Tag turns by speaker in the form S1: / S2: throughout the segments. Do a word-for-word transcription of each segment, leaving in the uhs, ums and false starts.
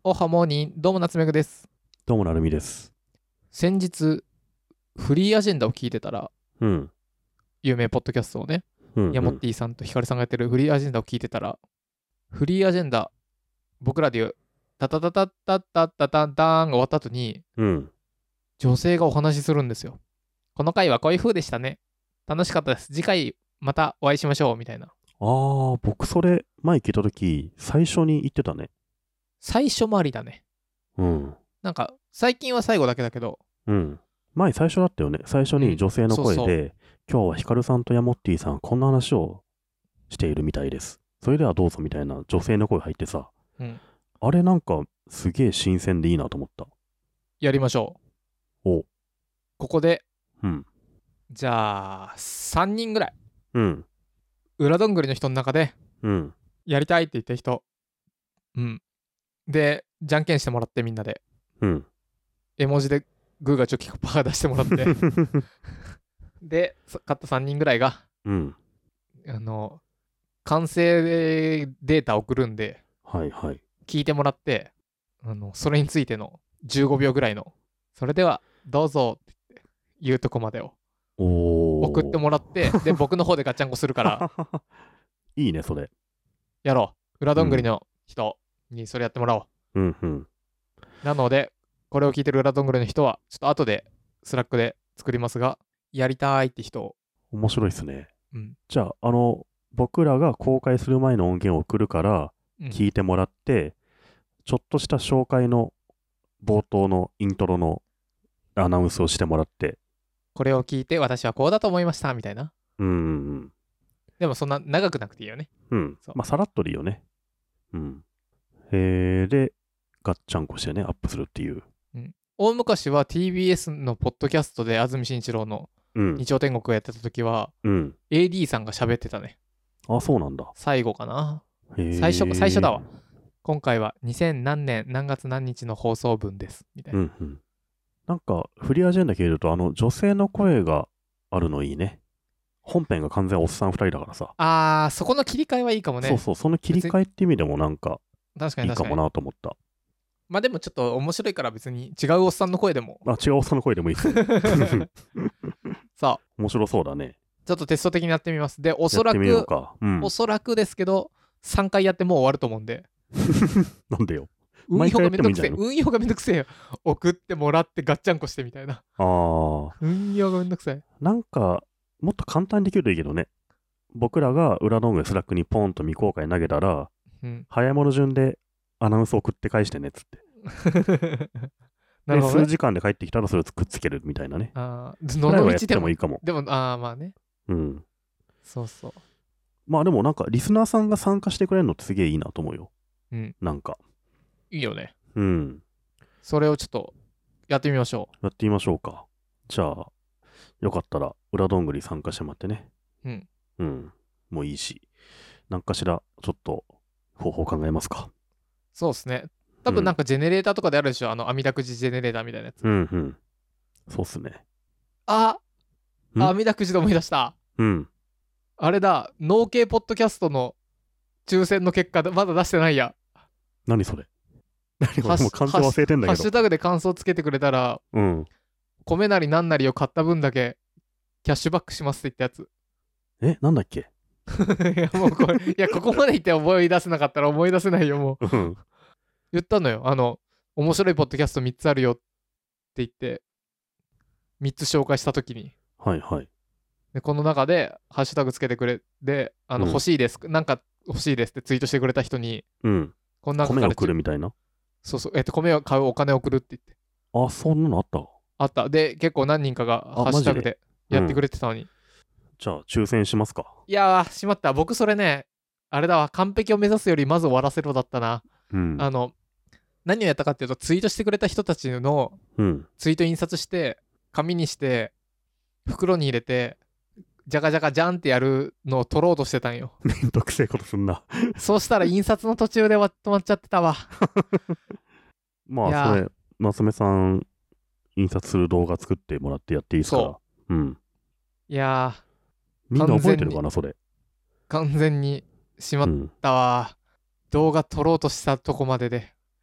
S1: おはモーニー、どうも夏目ぐです。
S2: どうもなるみです。
S1: 先日フリーアジェンダを聞いてたら、
S2: うん。
S1: 有名ポッドキャストをね、
S2: うん、うん。
S1: ヤモッティさんとヒカルさんがやってるフリーアジェンダを聞いてたら、フリーアジェンダ、僕らで言うタタタタタタタタンタンが終わった後に、
S2: うん。
S1: 女性がお話しするんですよ。この回はこういう風でしたね。楽しかったです。次回またお会いしましょうみたいな。
S2: ああ、僕それ前聞いたとき、最初に言ってたね。
S1: 最初もありだね。
S2: うん。
S1: なんか最近は最後だけだけど、
S2: うん。前最初だったよね。最初に女性の声で、
S1: うん、そうそう
S2: 今日はヒカルさんとヤモッティさん、こんな話をしているみたいです。それではどうぞみたいな女性の声入ってさ、
S1: うん、
S2: あれなんかすげえ新鮮でいいなと思った。
S1: やりましょう。
S2: お。
S1: ここで、
S2: うん。
S1: じゃあさんにんぐらい、
S2: うん。
S1: 裏どんぐりの人の中で、
S2: うん。
S1: やりたいって言った人、うん。で、じゃんけんしてもらって、みんなで。
S2: うん。
S1: 絵文字でグーがチョキパー出してもらって。で、勝ったさんにんぐらいが、
S2: うん。
S1: あの、完成データ送るんで、
S2: はいはい。
S1: 聞いてもらって、あの、それについてのじゅうごびょうぐらいの、それでは、どうぞって言って、言うとこまでを
S2: おー。
S1: 送ってもらって、で、僕の方でガチャンコするから、
S2: いいね、それ。
S1: やろう。裏どんぐりの人にそれやってもらおう。
S2: うんうん。
S1: なので、これを聞いてる裏どんぐりの人は、ちょっと後でスラックで作りますが、やりたいって人を。
S2: 面白いっすね。
S1: うん。
S2: じゃあ、あの、僕らが公開する前の音源を送るから、
S1: うん、
S2: 聞いてもらって、ちょっとした紹介の冒頭のイントロのアナウンスをしてもらって。
S1: これを聞いて私はこうだと思いましたみたいな。
S2: うんうんうん。
S1: でもそんな長くなくていいよね。
S2: うん。まあ、さらっとでいいよね。うん。へーで、ガッチャンコしてね、アップするっていう。
S1: うん。大昔は ティービーエス のポッドキャストで安住紳一郎の日曜天国をやってた時は、
S2: うん、
S1: エーディー さんが喋ってたね。
S2: あ、そうなんだ。
S1: 最後かな。
S2: へ
S1: 最初、最初だわ。今回はにせん何年何月何日の放送分です。みたいな。
S2: うんうん。なんか、フリーアジェンダ聞いると、あの、女性の声があるのいいね。本編が完全おっさんふたりだからさ。
S1: あー、そこの切り替えはいいかもね。
S2: そうそう、その切り替えって意味でもなんか、
S1: 確かに確かに。
S2: いいかもなと思った。
S1: まあでもちょっと面白いから別に違うおっさんの声でも。
S2: あ、違うおっさんの声でもいいっすね。
S1: さあ、
S2: 面白そうだね。
S1: ちょっとテスト的にやってみます。で、おそら
S2: やってみよう
S1: く、
S2: か。うん、
S1: おそらくですけど、さんかいやってもう終わると思うんで。
S2: なんでよ。
S1: 運用がめんどくせえ。
S2: 毎回やってもいいんじゃないの？
S1: 運用がめんどくせえよ。送ってもらってガッチャンコしてみたいな。
S2: ああ。
S1: 運用がめんどくさい。
S2: なんか、もっと簡単にできるといいけどね。僕らが裏道具スラックにポンと未公開投げたら、
S1: うん、
S2: 早いもの順でアナウンス送って返してねっつって。
S1: なるほど、ね、
S2: で、数時間で帰ってきたらそれをくっつけるみたいなね。
S1: ああ、
S2: それはやってもいいかも。
S1: でも、ああ、まあね。
S2: うん。
S1: そうそう。
S2: まあでもなんか、リスナーさんが参加してくれるのってすげえいいなと思うよ。
S1: うん。
S2: なんか。
S1: いいよね。
S2: うん。
S1: それをちょっと、やってみましょ
S2: う。やってみましょうか。じゃあ、よかったら、裏どんぐり参加してもらってね。
S1: うん。
S2: うん。もういいし。なんかしら、ちょっと、方法考えますか。
S1: そうですね。多分なんかジェネレーターとかであるでしょ、うん、あの、網だくじジェネレーターみたいなやつ。
S2: うんうん。そうっすね。
S1: ああ、網だくじで思い出した。
S2: うん。
S1: あれだ、農系ポッドキャストの抽選の結果、まだ出してないや。何
S2: それ何これもう完全忘れてんだけど。
S1: ハッシュタグで感想つけてくれたら、
S2: うん。
S1: 米なりなんなりを買った分だけキャッシュバックしますって言ったやつ。
S2: え、なんだっけ
S1: いや、もうこれ、いや、ここまで言って思い出せなかったら思い出せないよ、もう。
S2: うん。
S1: 言ったのよ。あの、面白いポッドキャストみっつあるよって言って、みっつ紹介したときに。
S2: はいはい。
S1: で、この中で、ハッシュタグつけてくれ、で、あの、うん、欲しいです。なんか欲しいですってツイートしてくれた人に、
S2: うん。
S1: こんな
S2: 米を送るみたいな。
S1: そうそう、えっと、米を買うお金を送るって言って。
S2: あ、そんなのあった
S1: あった。で、結構何人かがハッシュタグでやってくれてたのに。うん、
S2: じゃあ、抽選しますか。
S1: いやー、しまった。僕それね、あれだわ、完璧を目指すよりまず終わらせろだったな。
S2: うん、
S1: あの、何をやったかっていうと、ツイートしてくれた人たちのツイート印刷して、紙にして、袋に入れて、ジャカジャカジャンってやるのを撮ろうとしてたんよ。
S2: めんどくせえことすんな。
S1: そうしたら印刷の途中で止まっちゃってたわ。
S2: まあ、それ、夏目さん、印刷する動画作ってもらってやっていいですか。そう。うん。
S1: いやー。
S2: みんな覚えてるかな、それ。
S1: 完全にしまったわ、うん。動画撮ろうとしたとこまでで。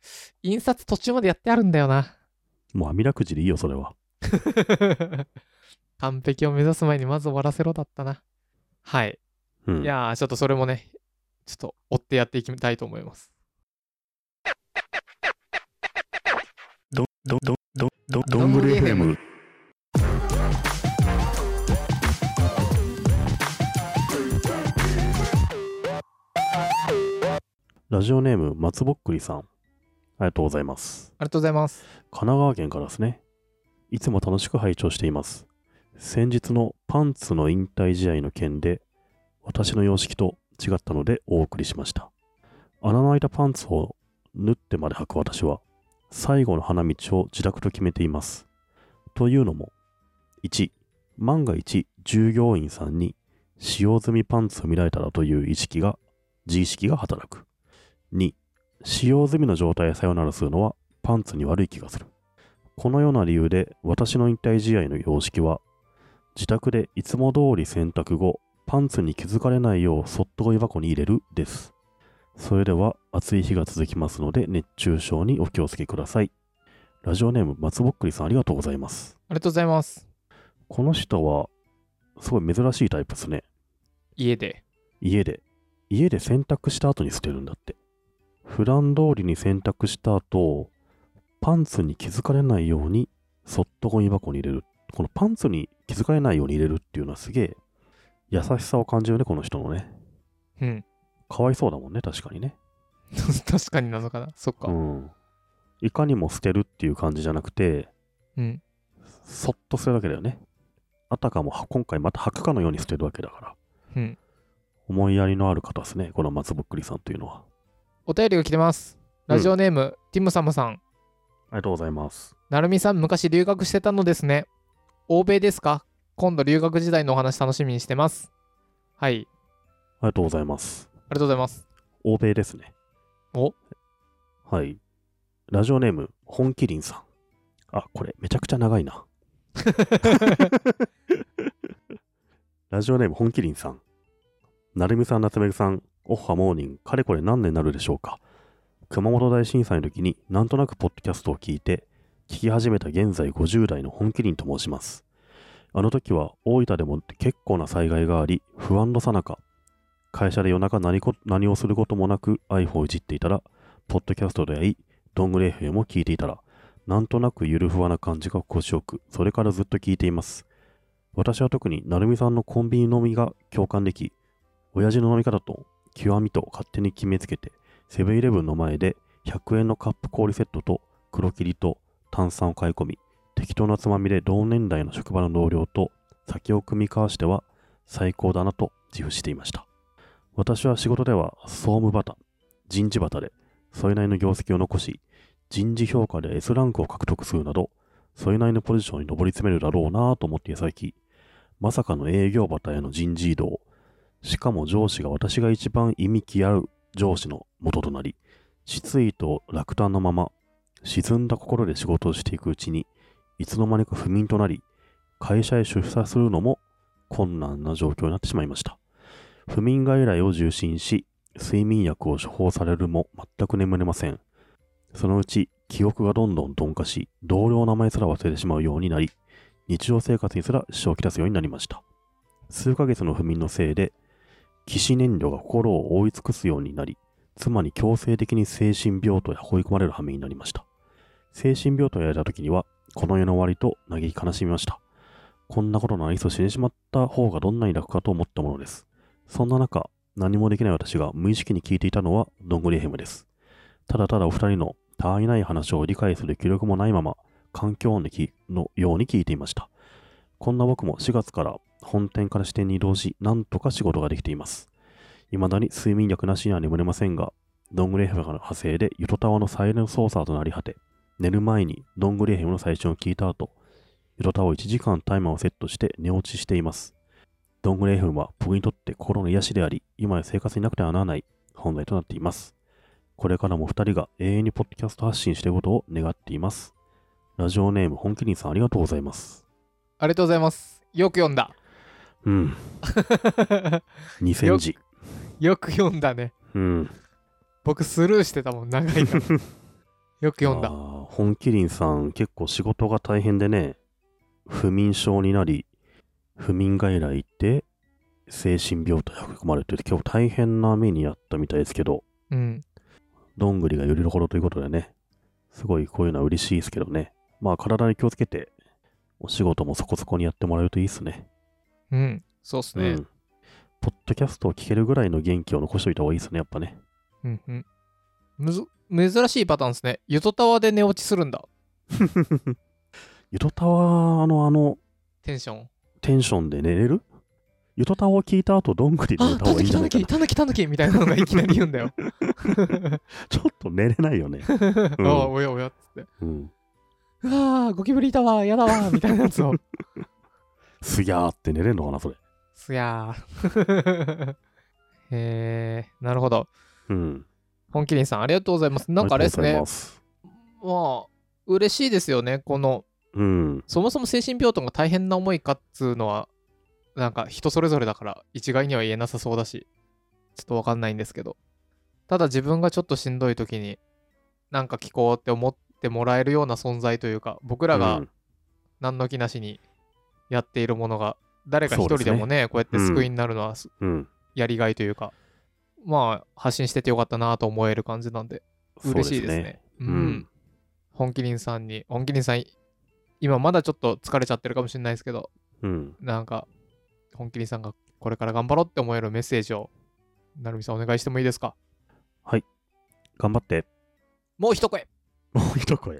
S1: 印刷途中までやってあるんだよな。
S2: もう網だくじでいいよ、それは。
S1: 完璧を目指す前にまず終わらせろだったな。はい。
S2: うん、
S1: いやー、ちょっとそれもね、ちょっと追ってやっていきたいと思います。
S2: ど、ど、ど、ど、ど、どんぐり エフエム。ラジオネーム、松ぼっくりさん。ありがとうございます。
S1: ありがとうございます。
S2: 神奈川県からですね。いつも楽しく拝聴しています。先日のパンツの引退試合の件で、私の様式と違ったのでお送りしました。穴の開いたパンツを縫ってまで履く私は、最後の花道を自宅と決めています。というのも、いち、万が一従業員さんに使用済みパンツを見られたらという意識が、自意識が働く。に、使用済みの状態でさよならするのはパンツに悪い気がする。このような理由で私の引退試合の様式は、自宅でいつも通り洗濯後、パンツに気づかれないようそっとゴミ箱に入れるです。それでは暑い日が続きますので熱中症にお気をつけください。ラジオネーム松ぼっくりさん、ありがとうございます。
S1: ありがとうございます。
S2: この人はすごい珍しいタイプですね。
S1: 家で
S2: 家で家で洗濯した後に捨てるんだって。普段通りに洗濯した後、パンツに気づかれないようにそっとゴミ箱に入れる。このパンツに気づかれないように入れるっていうのはすげえ優しさを感じるね、この人のね。
S1: うん。
S2: かわいそうだもんね、確かにね。
S1: 確かになのかな。そっか。
S2: うん。いかにも捨てるっていう感じじゃなくて、
S1: うん。
S2: そっと捨てるだけだよね。あたかも今回また履くかのように捨てるわけだから。
S1: うん。
S2: 思いやりのある方ですね、この松ぼっくりさんというのは。
S1: お便りが来てます。ラジオネーム、うん、ティムサムさん。
S2: ありがとうございます。
S1: なるみさん、昔留学してたのですね。欧米ですか？今度留学時代のお話楽しみにしてます。はい。
S2: ありがとうございます。
S1: ありがとうございます。
S2: 欧米ですね。
S1: お？
S2: はい。ラジオネーム、本麒麟さん。あ、これめちゃくちゃ長いな。ラジオネーム、本麒麟さん。なるみさん、なつめぐさん、おっはモーニング、かれこれ何年になるでしょうか。熊本大震災の時になんとなくポッドキャストを聞いて、聞き始めた現在ごじゅう代の本麒麟と申します。あの時は大分でも結構な災害があり、不安のさなか、会社で夜中 何, こ何をすることもなく iPhone をいじっていたら、ポッドキャストで会い、どんぐり エフエム を聞いていたら、なんとなくゆるふわな感じが心地よく、それからずっと聞いています。私は特になるみさんのコンビニ飲みが共感でき、親父の飲み方と極みと勝手に決めつけて、セブンイレブンの前でひゃくえんのカップ氷セットと黒霧と炭酸を買い込み、適当なつまみで同年代の職場の同僚と酒を酌み交わしては最高だなと自負していました。私は仕事では総務バタ、人事バタでそれなりの業績を残し、人事評価で S ランクを獲得するなど、それなりのポジションに上り詰めるだろうなぁと思っていた先、まさかの営業バタへの人事異動、しかも上司が私が一番忌み嫌う上司の元となり、失意と落胆のまま、沈んだ心で仕事をしていくうちに、いつの間にか不眠となり、会社へ出社するのも困難な状況になってしまいました。不眠外来を受診し、睡眠薬を処方されるも全く眠れません。そのうち記憶がどんどん鈍化し、同僚の名前すら忘れてしまうようになり、日常生活にすら支障をきたすようになりました。数ヶ月の不眠のせいで、起死燃料が心を覆い尽くすようになり、妻に強制的に精神病棟へ運び込まれる羽目になりました。精神病棟へやられた時には、この世の終わりと嘆き悲しみました。こんなことならいっそ死んでしまった方がどんなに楽かと思ったものです。そんな中、何もできない私が無意識に聞いていたのはどんぐり エフエム です。ただただお二人のたわいない話を理解する気力もないまま、環境音のように聞いていました。こんな僕もしがつから本店から支店に移動し、なんとか仕事ができています。未だに睡眠薬なしには眠れませんが、どんぐり エフエム の派生でゆとたわのサイレン操作となり果て、寝る前にどんぐり エフエム の最初を聞いた後、ゆとたわをいちじかんタイマーをセットして寝落ちしています。どんぐり エフエム は僕にとって心の癒しであり、今や生活になくてはならない本題となっています。これからも二人が永遠にポッドキャスト発信していることを願っています。ラジオネーム本麒麟さん、ありがとうございます。
S1: ありがとうございます。よく読んだ。
S2: うん。にせんじ。
S1: よく読んだね。
S2: うん。
S1: 僕スルーしてたもん、長いから。 よく読んだ。
S2: 本麒麟さん結構仕事が大変でね、不眠症になり、不眠外来行って精神病態が含まれてて、今日大変な目にあったみたいですけど、
S1: うん。
S2: どんぐりがよりどころということでね、すごいこういうのは嬉しいですけどね。まあ体に気をつけて、お仕事もそこそこにやってもらえるといいですね。
S1: うん、そうっすね。うん。
S2: ポッドキャストを聞けるぐらいの元気を残しておいた方がいいですね、やっぱね。
S1: うんうん。むず、珍しいパターンですね。ゆとたわで寝落ちするんだ。
S2: ゆとたわのあの、
S1: テンション。
S2: テンションで寝れる？ゆとたわを聞いた後、どんぐりで寝た方がいいんじゃないかな。
S1: たぬき、たぬき、たぬきみたいなのがいきなり言うんだよ。
S2: ちょっと寝れないよね。
S1: うん、ああ、おやおやっつって。
S2: うん、
S1: うわー、ゴキブリいたわ、やだわ、みたいなやつを。
S2: すやーって寝れんのかな、それ。
S1: すやー。へー、なるほど。
S2: うん。
S1: 本麒麟さん、ありがとうございます。なんかあれですね。まあ、嬉しいですよね、この。
S2: うん。
S1: そもそも精神病棟が大変な思いかっつうのは、なんか人それぞれだから一概には言えなさそうだし、ちょっとわかんないんですけど。ただ自分がちょっとしんどい時に、なんか聞こうって思ってもらえるような存在というか、僕らが何の気なしにやっているものが、誰か一人でもね、こうやって救いになるのは、やりがいというか、まあ、発信しててよかったなと思える感じなんで、嬉しいですね。うん。本麒麟さんに、本麒麟さん、今まだちょっと疲れちゃってるかもしれないですけど、
S2: うん、
S1: なんか、本麒麟さんがこれから頑張ろうって思えるメッセージを、なるみさんお願いしてもいいですか？
S2: はい。頑張って。
S1: もう一声。
S2: もう一声。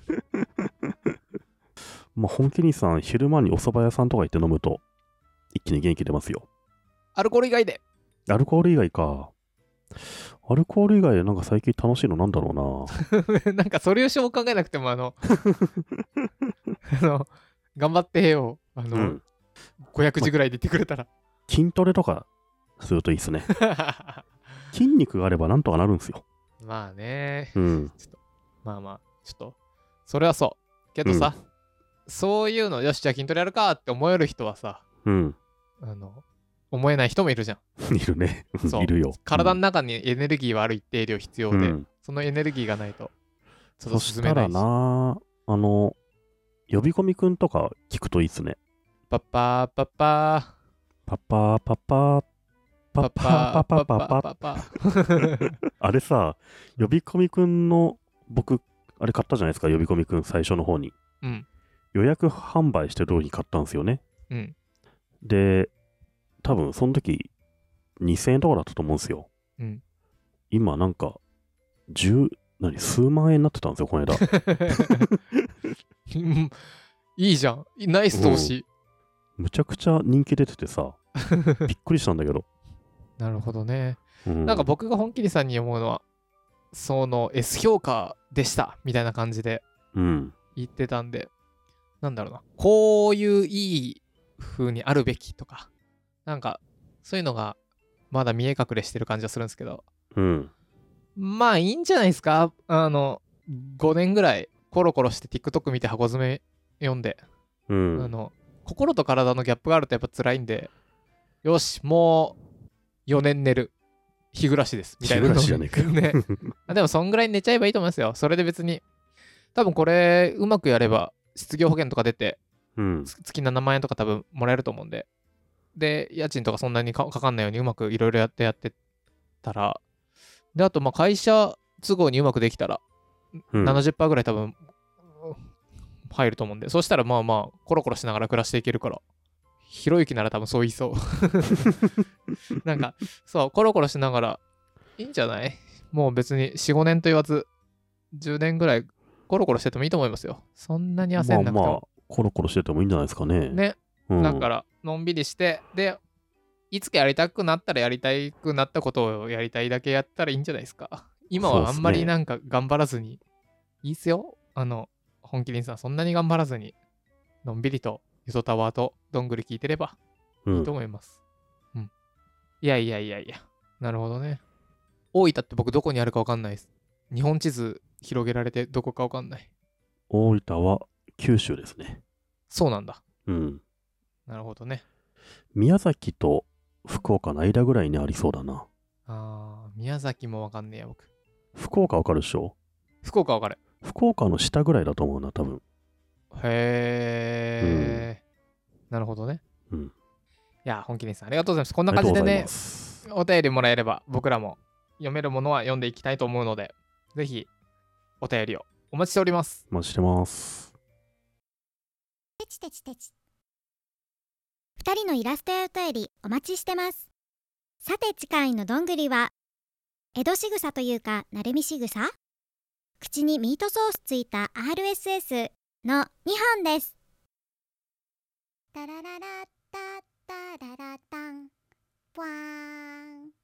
S2: まあ、本麒麟さん、昼間にお蕎麦屋さんとか行って飲むと、一気に元気出ますよ。
S1: アルコール以外で。
S2: アルコール以外か。アルコール以外でなんか最近楽しいのなんだろ
S1: うな。なんかソリューションを考えなくても、あの、あの、頑張ってよ。あの、うん、ごひゃくじぐらいで言ってくれたら。
S2: 筋トレとかするといいっすね。筋肉があればなんとかなるんすよ。
S1: まあね。
S2: うん。
S1: ちょっとまあまあ、ちょっと、それはそう。けどさ、うん、そういうの、よし、じゃあ筋トレやるかって思える人はさ、
S2: うん。
S1: あの、思えない人もいるじゃん。
S2: いるね。いるよ。
S1: 体の中にエネルギーはある一定量必要で、うん、そのエネルギーがないと、
S2: ちょっと進めないし。そしたらな、あの、呼び込みくんとか聞くといいっすね。
S1: パッパーパッパー。
S2: パッパーパッパー。パッパーパッパーパッパー。あれさ、呼び込みくんの、僕、あれ買ったじゃないですか、呼び込みくん最初の方に。
S1: うん。
S2: 予約販売してる時に買ったんですよね。
S1: うん。
S2: で、多分その時にせんえんとかだったと思うんですよ。
S1: うん。
S2: 今なんか、十、何、数万円になってたんですよ、この間。
S1: いいじゃん。ナイス投資、
S2: うん。むちゃくちゃ人気出ててさ、びっくりしたんだけど。
S1: なるほどね。
S2: うん、
S1: なんか僕が本麒麟さんに思うのは、その S 評価でしたみたいな感じで言ってたんで、うん、なんだろうな、こういういい風にあるべきとか、なんかそういうのがまだ見え隠れしてる感じはするんですけど、
S2: うん、
S1: まあいいんじゃないですか。あのごねんぐらいコロコロして TikTok 見て箱詰め読んで、
S2: うん、
S1: あの心と体のギャップがあるとやっぱ辛いんで、よしもうよねん寝る日暮らしですみたいなの
S2: 日暮らしじゃねえか
S1: ね。でもそんぐらい寝ちゃえばいいと思いますよ。それで別に多分これうまくやれば失業保険とか出て、
S2: うん、
S1: 月ななまんえんとか多分もらえると思うんで、で家賃とかそんなにかかんないようにうまくいろいろやってやってたら、であとまあ会社都合にうまくできたら、うん、ななじゅっパーセントぐらい多分入ると思うんで、そしたらまあまあコロコロしながら暮らしていけるから、ひろゆきなら多分そう言いそうなんかそうコロコロしながらいいんじゃない？もう別に よん,ご 年と言わずじゅうねんぐらいコロコロしててもいいと思いますよ。そんなに焦んなくても、まあまあ
S2: コロコロしててもいいんじゃないですかね。
S1: ね、
S2: うん、
S1: だからのんびりして、でいつかやりたくなったらやりたくなったことをやりたいだけやったらいいんじゃないですか。今はあんまりなんか頑張らずに、ね、いいっすよ。あの本麒麟さんそんなに頑張らずにのんびりとゆとタワーとどんぐり聞いてればいいと思います。うん。うん、いやいやいやいや。なるほどね。大分って僕どこにあるか分かんないです。日本地図広げられてどこか分かんない。
S2: 大分は九州ですね。
S1: そうなんだ。
S2: うん。
S1: なるほどね。
S2: 宮崎と福岡の間ぐらいにありそうだな。
S1: あー、宮崎も分かんねえや僕。
S2: 福岡分かるでしょ？
S1: 福岡分かる。
S2: 福岡の下ぐらいだと思うな、多分。
S1: へえ、うん、なるほどね。
S2: うん。
S1: いや、本気です。ありがとうございます。こんな感じでね、お便りもらえれば僕らも読めるものは読んでいきたいと思うので、ぜひお便りをお待ちしております。
S2: お待ちしてます。
S3: てちてちてち。ふたりのイラストやお便りお待ちしてます。さて次回のどんぐりは、江戸仕草というかなるみ仕草、口にミートソースついた アールエスエス のにほんです。タラララッタッタララタン、ポワーン。